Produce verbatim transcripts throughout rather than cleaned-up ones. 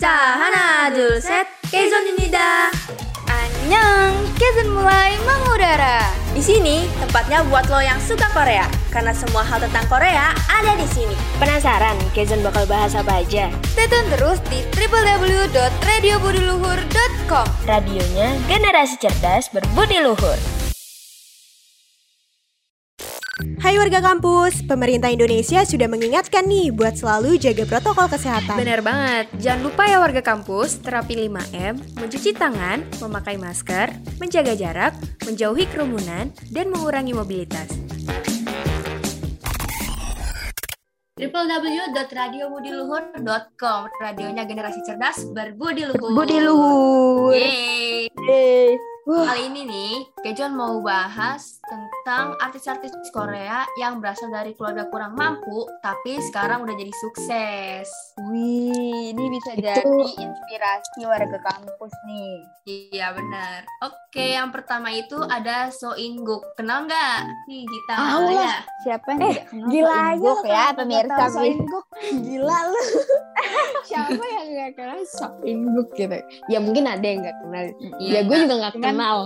자, 하나, 둘, 셋. Keizon입니다. Annyeong, Keizon mulai mengudara. Di sini tempatnya buat lo yang suka Korea, karena semua hal tentang Korea ada di sini. Penasaran Keizon bakal bahas apa aja? Stay tune terus di w w w dot radio budi luhur dot com. Radionya generasi cerdas berbudi luhur. Hai warga kampus, pemerintah Indonesia sudah mengingatkan nih buat selalu jaga protokol kesehatan. Benar banget, jangan lupa ya warga kampus, terapi lima M, mencuci tangan, memakai masker, menjaga jarak, menjauhi kerumunan, dan mengurangi mobilitas. w w w dot radio budi luhur dot com, radionya generasi cerdas berbudi luhur. Budi luhur. Yeay. Yeay. Kali ini nih, Kejon mau bahas tentang artis-artis Korea yang berasal dari keluarga kurang mampu, tapi sekarang udah jadi sukses. Wih, ini bisa Itu... jadi inspirasi warga kampus nih. Iya benar. Oke, yang pertama itu ada So In-guk. Kenal nggak? Nih Gita. Tahu ya. lah. Siapa yang Eh, tidak kenal gila So aja In-guk lo ya kalau pemirsa. nggak tahu So In-guk. Gila lu. Siapa yang nggak kenal So In-guk gitu? Ya mungkin ada yang nggak kenal. Iya, Ya gue juga nggak Cuman- kenal.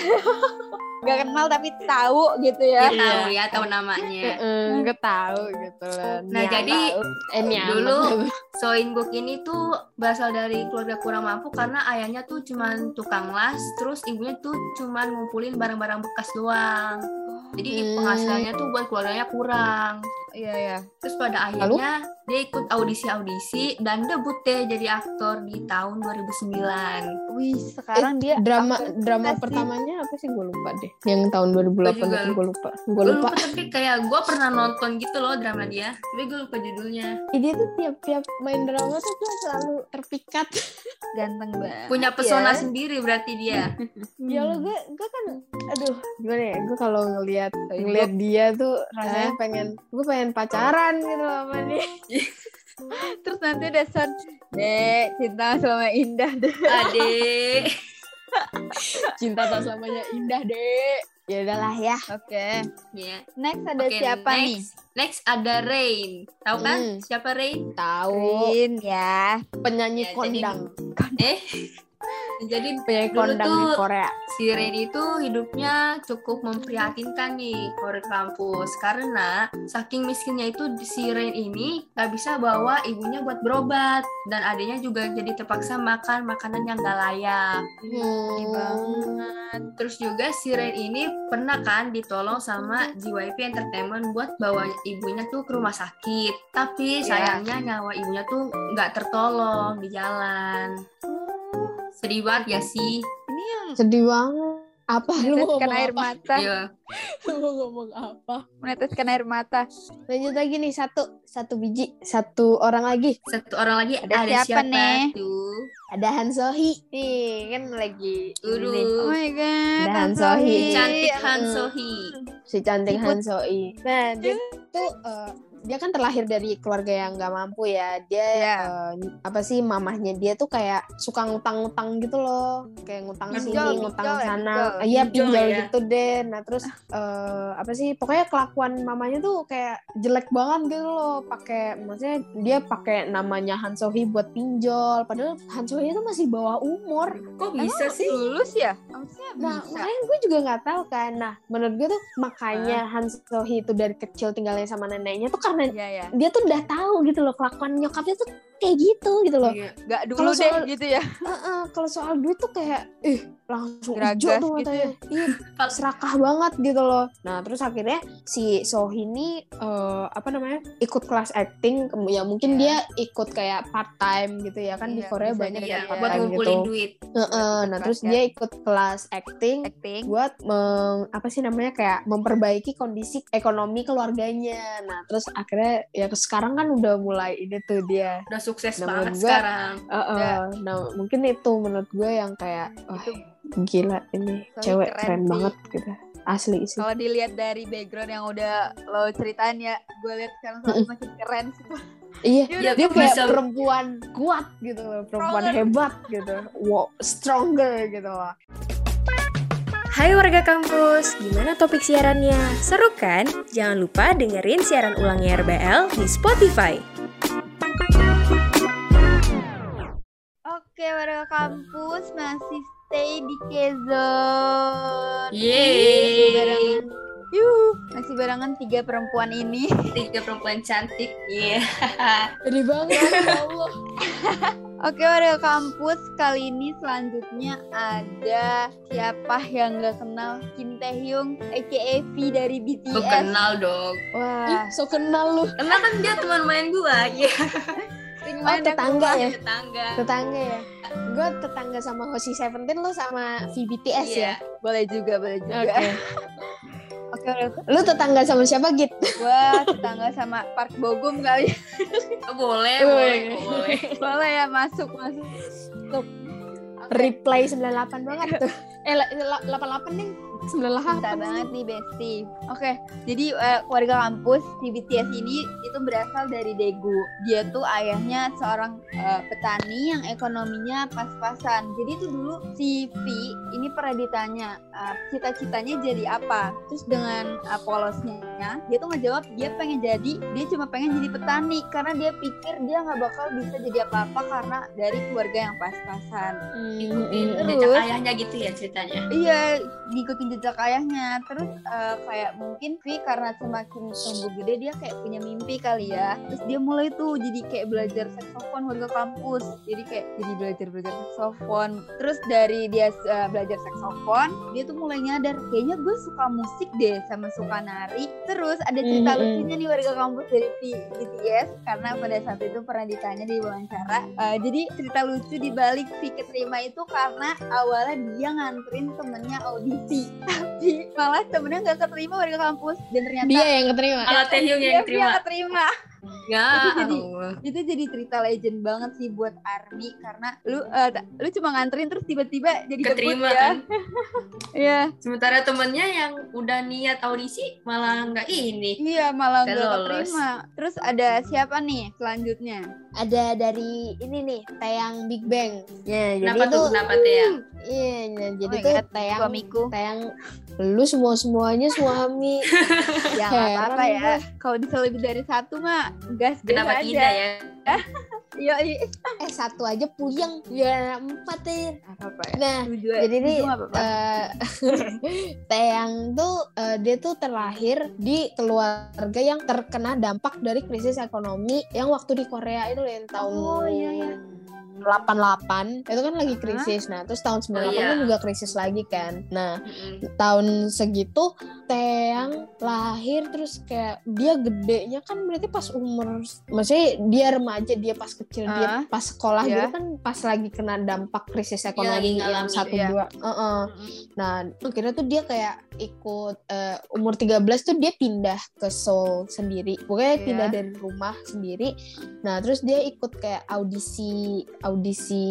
Gak kenal tapi tahu gitu ya. Dia tahu ya, tahu namanya. Nggak tahu gitu lah. Nah, jadi eh, nyaman. dulu So In-guk ini tuh berasal dari keluarga kurang mampu karena ayahnya tuh cuman tukang las, terus ibunya tuh cuman ngumpulin barang-barang bekas doang. Jadi Hmm. penghasilannya tuh buat keluarganya kurang. Iya ya. Terus pada akhirnya dia ikut audisi-audisi dan debut deh jadi aktor di tahun dua ribu sembilan. Wih, sekarang dia drama aktor drama sukses pertamanya apa sih, gue lupa deh. Yang tahun dua ribu delapan juga itu lupa. gue lupa. Gue Gue lupa. lupa tapi kayak gue pernah nonton gitu loh drama dia. Tapi gue lupa judulnya. Ih, dia tuh tiap-tiap main drama tuh gue selalu terpikat. ganteng banget. Punya pesona ya. sendiri berarti dia. Ya lo gue gue kan aduh gimana ya, gue kalau ngelihat ngelihat dia tuh rasanya pengen gue pengen pacaran gitu loh sama dia. Terus nanti udah son, Dek, cinta selama indah deh. Adek. Cinta tak selamanya indah deh. Ya udahlah ya. Oke. Ya. Next ada Oke, siapa nih? next. Next ada Rain. Tahu kan Hmm. siapa Rain? Tahu Rin ya. penyanyi Ya, jadi- kondang, Eh. Jadi penyanyi dulu kondang di tuh Korea. si Rain itu hidupnya cukup memprihatinkan nih Korea kampus karena saking miskinnya itu si Rain ini gak bisa bawa ibunya buat berobat dan adiknya juga jadi terpaksa makan makanan yang gak layak. Hmm. banget. Terus juga si Rain ini pernah kan ditolong sama J Y P Entertainment buat bawa ibunya tuh ke rumah sakit, tapi Ya. sayangnya nyawa ibunya tuh gak tertolong di jalan. Sedih banget ya sih. Ini yang Sedih banget. Apa lu mau meneteskan ngomong air apa? mata, Iya. Lu mau ngomong apa? meneteskan air mata. Lanjut lagi nih, satu satu biji, satu orang lagi. Satu orang lagi Ada ada, siapa siapa, nih? tuh? Ada Han Sohee nih, kan lagi Uduh. ini nih, Oh my god. Ada Han Han Sohee. Sohee. Cantik Han Hmm. Sohee. si cantik Siput. Han Sohee. Nah, dia tuh eh, dia kan terlahir dari keluarga yang nggak mampu ya. Dia Iya. eh, apa sih, mamahnya dia tuh kayak suka ngutang-ngutang gitu loh, kayak ngutang Pinjol, sini, pinjol ngutang ya, sana. pinjol. Ah, iya, Pinjol pinjol ya. gitu deh. Nah, terus eh, apa sih, pokoknya kelakuan mamanya tuh kayak jelek banget gitu loh. Pakai, maksudnya dia pakai namanya Han Sohee buat pinjol, padahal Han Sohee itu masih bawah umur. Kok bisa sih? Lulus ya? Maksudnya Nah, bisa. makanya gue juga nggak tahu kan. Nah, menurut gue tuh makanya Han Sohee itu dari kecil tinggalnya sama neneknya tuh karena Iya ya. dia tuh udah tahu gitu loh kelakuan nyokapnya tuh kayak gitu gitu loh. Iya. Gak dulu Kalau deh soal- gitu ya. Heeh, kalau soal duit tuh kayak ih langsung Geragas hijau tuh gitu matanya. Iya, serakah banget gitu loh. Nah, terus akhirnya si Sohee ini eh, apa namanya? ikut kelas acting. Kem- Ya mungkin Iya. dia ikut kayak part time gitu ya kan, di Iya, Korea bisa banyak jadi Iya, yang part buat time ngumpulin gitu. duit. Heeh, nah terus Kelas dia ikut kelas acting Acting. buat meng, apa sih namanya, kayak memperbaiki kondisi ekonomi keluarganya. Nah terus akhirnya ya sekarang kan udah mulai ini tuh dia. Udah sukses Nah, banget menurut gue- sekarang. Uh, uh, Ya. Nah mungkin itu menurut gue yang kayak wah Itu gila ini Sohee cewek keren keren, sih. banget gitu, asli sih. kalau dilihat dari background yang udah lo ceritain ya, gue lihat sekarang Sohee makin keren sih. Iya, Dia udah dia kayak bisa- perempuan kuat gitu loh, perempuan Stronger. hebat gitu, wow, stronger gitu loh. Hai warga kampus, gimana topik siarannya? Seru kan? Jangan lupa dengerin siaran ulangnya R B L di Spotify. Oke, warga kampus masih stay di Kezon. Yeay. Barengan, yuh, masih barengan tiga perempuan ini. Tiga perempuan cantik. Iya. Gede banget, ya Allah. Oke, warga kampus, kali ini selanjutnya ada siapa yang gak kenal Kim Taehyung aka V dari B T S. Gue kenal dong. Ih, Wah, so kenal lu. Karena kan dia teman main gue. Iya. sering Oh, main tetangga aku. ya? Tetangga. Tetangga ya. Gue tetangga sama Hoshi Seventeen, lu sama V B T S Iya. ya. Boleh juga, boleh juga. Oke. Oke, oke. Lu tetangga sama siapa, Git? Wah, tetangga sama Park Bogum kali. Oh, boleh, Woi. boleh, boleh. Boleh ya, masuk, masuk. Reply sembilan puluh delapan banget tuh. Eh, la- la- delapan puluh delapan nih. sembilan puluh delapan. Cinta banget nih Besti. Oke, jadi uh, keluarga kampus di B T S ini itu berasal dari Daegu. Dia tuh ayahnya seorang uh, petani yang ekonominya pas-pasan. Jadi itu dulu si V ini pernah ditanya uh, cita-citanya jadi apa. Terus dengan uh, polosnya dia tuh ngejawab dia pengen jadi, dia cuma pengen jadi petani karena dia pikir dia nggak bakal bisa jadi apa-apa karena dari keluarga yang pas-pasan. Ikutin Terus? jejak ayahnya gitu ya ceritanya. Iya, ngikutin jejak ayahnya. Terus uh, kayak mungkin V karena semakin tumbuh gede dia kayak punya mimpi kali ya. Terus dia mulai tuh jadi kayak belajar saksofon warga kampus. Jadi kayak jadi belajar belajar saksofon. Terus dari dia uh, belajar saksofon, dia tuh mulai nyadar kayaknya gue suka musik deh sama suka nari. Terus ada cerita Mm-mm. lucunya nih warga kampus dari V B T S karena pada saat itu pernah ditanya di wawancara. Uh, jadi cerita lucu di balik V keterima itu karena awalnya dia nganterin temennya audisi. Tapi malah temennya nggak keterima warga kampus dan ternyata Dia yang keterima. Kalau Taehyung dia yang yang terima. keterima. Ya Itu jadi- Allah. Itu jadi cerita legend banget sih buat ARMY karena lu uh, ta- lu cuma nganterin terus tiba-tiba jadi debut Keterima ya. kan. Iya, Sementara temennya yang udah niat audisi malah nggak ini. iya malah Nggak nggak lolos. keterima. Terus ada siapa nih selanjutnya? Ada dari ini nih, Taeyang Big Bang. Ya, jadi Kenapa itu tuh? Kenapa tuh ya? iya, nah, jadi Oh my tuh God, Taeyang suamiku. Taeyang lu semua-semuanya suami. Ya nggak Heran apa-apa ya. gua. Kalau bisa lebih dari satu mah gas gas Kenapa aja. tidak ya? Iya, iya. Eh, satu aja puyeng, biar empat ya. Nggak apa-apa ya. Nah, Tujuh, jadi nih tujuh nggak apa-apa. eh, Taeyang tuh eh, dia tuh terlahir di keluarga yang terkena dampak dari krisis ekonomi yang waktu di Korea itu yang tahun Oh, iya, iya. delapan puluh delapan itu kan lagi Hah? krisis. Nah, terus tahun sembilan puluh delapan Oh, iya. kan juga krisis lagi kan. Nah, Mm-mm. tahun segitu Taeyang lahir terus kayak dia gedenya kan berarti pas umur, maksudnya dia remaja, dia pas kecil, dia Ah, pas sekolah iya. gitu kan pas lagi kena dampak krisis ekonomi lagi yang ngalamin, satu iya. dua. Heeh. Nah, akhirnya tuh dia kayak ikut eh, umur tiga belas tuh dia pindah ke Seoul sendiri. Pokoknya Iya. pindah dari rumah sendiri. Nah, terus dia ikut kayak audisi audisi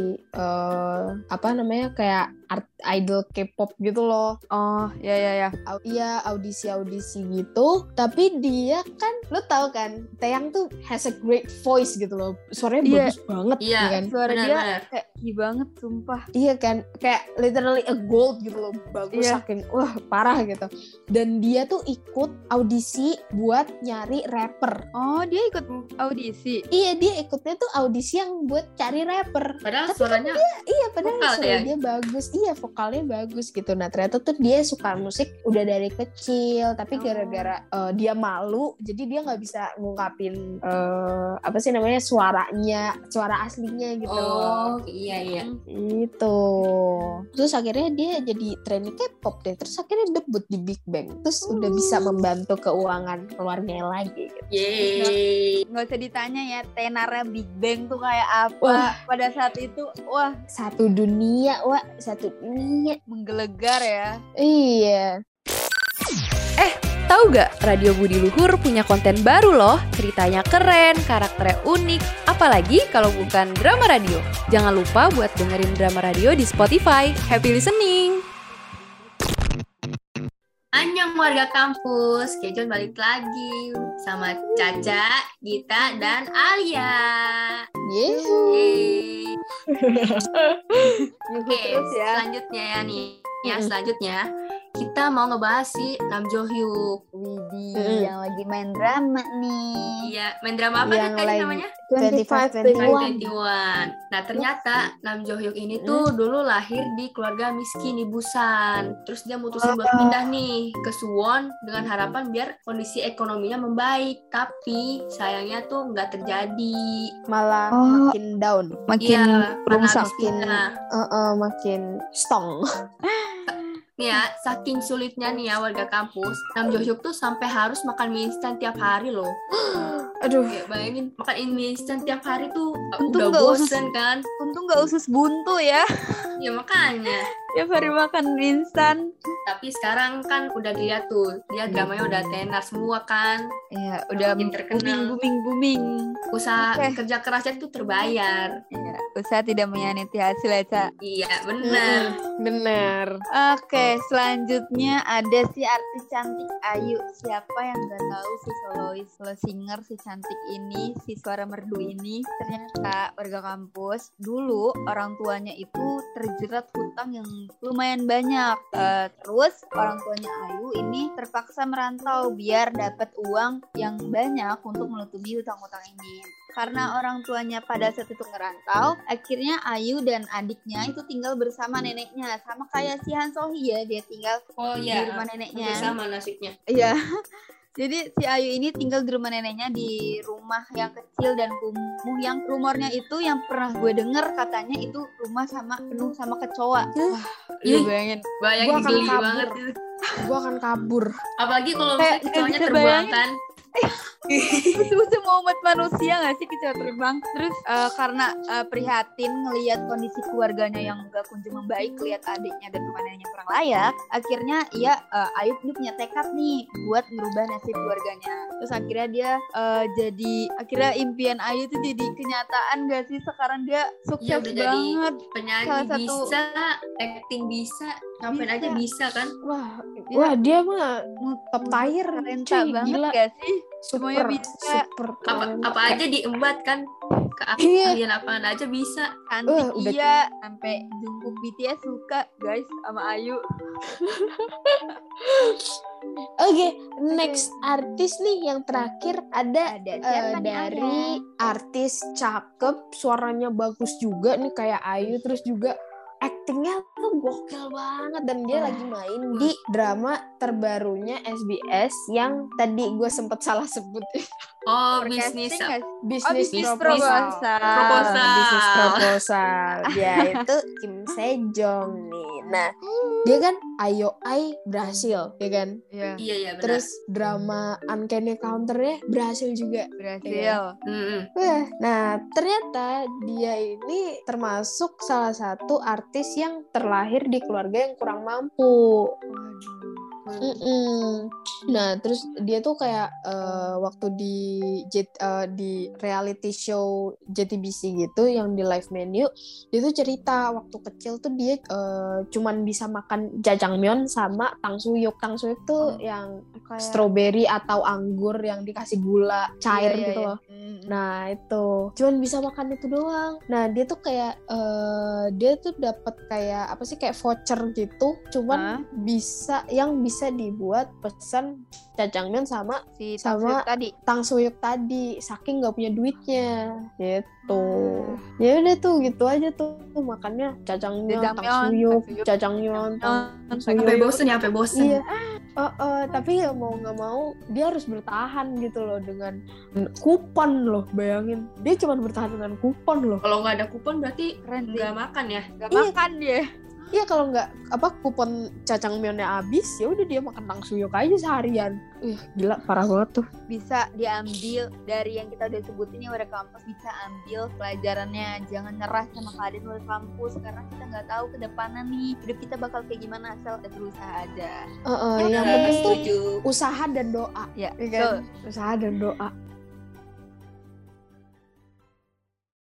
eh, apa namanya kayak art idol K-pop gitu loh. Oh, ya ya ya. Au- Iya, audisi-audisi gitu. Tapi dia kan, lo tau kan, Taeyang tuh has a great voice gitu loh. Suaranya Iya. bagus banget, Iya. ya kan? Suara dia Benar-benar. kayak gini banget, sumpah. Iya kan, kayak literally a gold gitu loh. Bagus Iya. saking, wah parah gitu. Dan dia tuh ikut audisi buat nyari rapper. Oh, dia ikut audisi. Iya, dia ikutnya tuh audisi yang buat cari rapper. Padahal Tapi suaranya Iya, padahal Vokal suara ya? dia bagus. Iya, vokalnya bagus gitu. Nah, ternyata tuh dia suka musik udah dari kecil, tapi Oh. gara-gara eh, dia malu, jadi dia nggak bisa ngungkapin eh, apa sih namanya suaranya, suara aslinya gitu. oh iya iya. Itu. Terus akhirnya dia jadi trainee K-pop deh. Terus akhirnya debut di Big Bang. Terus udah bisa membantu keuangan keluarganya lagi gitu. Yeay. Nggak usah ditanya ya, tenarnya Big Bang tuh kayak apa Wah. pada saat itu. Wah, Satu dunia, wah, satu dunia. menggelegar ya. Iya. Tahu gak, Radio Budi Luhur punya konten baru loh. Ceritanya keren, karakternya unik. Apalagi kalau bukan drama radio. Jangan lupa buat dengerin drama radio di Spotify. Happy listening! Annyeong warga kampus, Kejon balik lagi sama Caca, Gita, dan Alia. Yes. Yeay. Oke, Terus ya. selanjutnya ya nih. Ya, Mm-mm. selanjutnya kita mau ngebahas si Nam Jo Hyuk. Widih, Mm. yang lagi main drama nih. Iya, main drama apa Yang tadi lain. namanya? twenty-five, Five twenty-one. Twenty-one. Nah ternyata Nam Jo Hyuk ini tuh dulu lahir di keluarga miskin di Busan. Terus dia mutusin buat pindah nih ke Suwon dengan harapan biar kondisi ekonominya membaik. Tapi sayangnya tuh nggak terjadi. Malah Oh. makin down. Makin Iya, karena rusak. habis pindah. Uh, uh, makin stong. Nih ya, saking sulitnya nih ya warga kampus, Nam Jo Hyuk tuh sampai harus makan mie instan tiap hari loh. Aduh. Kayak bayangin makan mie instan tiap hari tuh Untung udah nggak bosen kan? Untung gak usus buntu ya. Ya makanya. Tiap hari makan mie instan. Tapi sekarang kan udah dilihat tuh, dia dramanya udah tenar semua kan. Iya, udah Makin terkenal. booming booming booming. Usaha Oke. kerja kerasnya tuh terbayar. Iya, usaha tidak menyakiti hasil ya, Ca. Iya, bener. Bener. Oke, selanjutnya ada si artis cantik Ayu. Siapa yang gak tahu si solois, solo singer si cantik ini, si suara merdu ini. Ternyata warga kampus dulu orang tuanya itu terjerat hutang yang lumayan banyak. Eh, terus orang tuanya Ayu ini terpaksa merantau biar dapat uang yang banyak untuk menutupi hutang-hutang ini. Karena orang tuanya pada saat itu ngerantau, akhirnya Ayu dan adiknya itu tinggal bersama neneknya. Sama kayak si Han So-hee ya, dia tinggal Oh di iya, rumah neneknya. sama nasibnya. Iya. Jadi si Ayu ini tinggal di rumah neneknya, di rumah yang kecil dan kumuh yang rumornya itu yang pernah gue denger katanya itu rumah sama penuh sama kecoa. Wah, Ih, lu bayangin. bayangin Gua akan geli kabur. banget itu. Gue akan kabur. Apalagi kalau Kayak misalnya nggak kecoanya bisa terbang bayangin. kan. Itu semua umat manusia gak sih kecoa terbang? Terus eh, karena eh, prihatin ngelihat kondisi keluarganya yang gak kunjung membaik, lihat adiknya dan rumah neneknya kurang layak, akhirnya ia eh, Ayu dia punya tekad nih buat merubah nasib keluarganya. Terus akhirnya dia eh, jadi akhirnya impian Ayu tuh jadi kenyataan gak sih? Sekarang dia sukses Iya, udah jadi banget. penyanyi Salah satu- bisa, acting bisa, ngapain Bisa. aja bisa kan? Wah, Dia wah dia mah top multi tier, talenta cuy, banget gila. gak sih? Semuanya Super, bisa. super Apa keren. apa aja diembat kan? Ke Iya. kalian apaan aja bisa. Cantik Uh, udah- iya, sampai Jungkook B T S suka guys sama Ayu. Oke, next artis nih yang terakhir ada Ada eh, siapa nih, dari artis cakep, suaranya bagus juga nih kayak Ayu, terus juga aktingnya tuh gokil banget dan dia Wah. lagi main di drama terbarunya S B S yang tadi gue sempet salah sebut Oh, Forecasting bisnis. nggak sih? bisnis bisnis proposal. proposal. Proposal. Bisnis proposal. Dia itu Kim Sejong nih. Nah, dia kan Ayo Ai berhasil, ya kan? Iya, Iya, iya benar. Terus drama Uncanny Counter-nya berhasil juga. berhasil. Mm-mm. Wah, nah ternyata dia ini termasuk salah satu artis yang terlahir di keluarga yang kurang mampu. Waduh. Mm-mm. Nah, terus dia tuh kayak eh, waktu di J- eh, di reality show J T B C gitu yang di live menu, dia tuh cerita waktu kecil tuh dia eh, cuman bisa makan jajangmyeon sama tangsuyuk. Tangsuyuk tuh yang Kayak- strawberry atau anggur yang dikasih gula cair Iya, iya, gitu iya. loh. Mm-mm. Nah itu cuman bisa makan itu doang. Nah dia tuh kayak eh, dia tuh dapat kayak apa sih kayak voucher gitu. Cuman Hah? bisa yang bisa dibuat pesan jajangmyeon sama si sama- Tangsuyuk tadi. tangsuyuk tadi. Saking nggak punya duitnya gitu. Ya udah tuh gitu aja tuh makannya jajangmyeon, Jajangmyeon, tangsuyuk, tangsuyuk, jajangmyeon, Jajangmyeon, tangsuyuk. Sampai bosen ya, sampai bosen. Iya. Oh, oh, tapi ya mau nggak mau dia harus bertahan gitu loh dengan kupon loh, bayangin dia cuma bertahan dengan kupon loh. Kalau nggak ada kupon berarti Keren sih. nggak makan ya. Gak Iya. makan dia. Iya kalau nggak apa kupon jajangmyeonnya habis ya udah dia makan tangsuyuk aja seharian. Ih gila parah banget tuh. Bisa diambil dari yang kita udah sebutin ya, warga kampus bisa ambil pelajarannya. Jangan nyerah sama keadaan warga kampus karena kita nggak tahu ke depannya nih hidup kita bakal kayak gimana, asal kita berusaha aja. Uh, uh, yang Bener, penting tuh setuju. usaha dan doa. Ya, Ya kan? Usaha dan doa.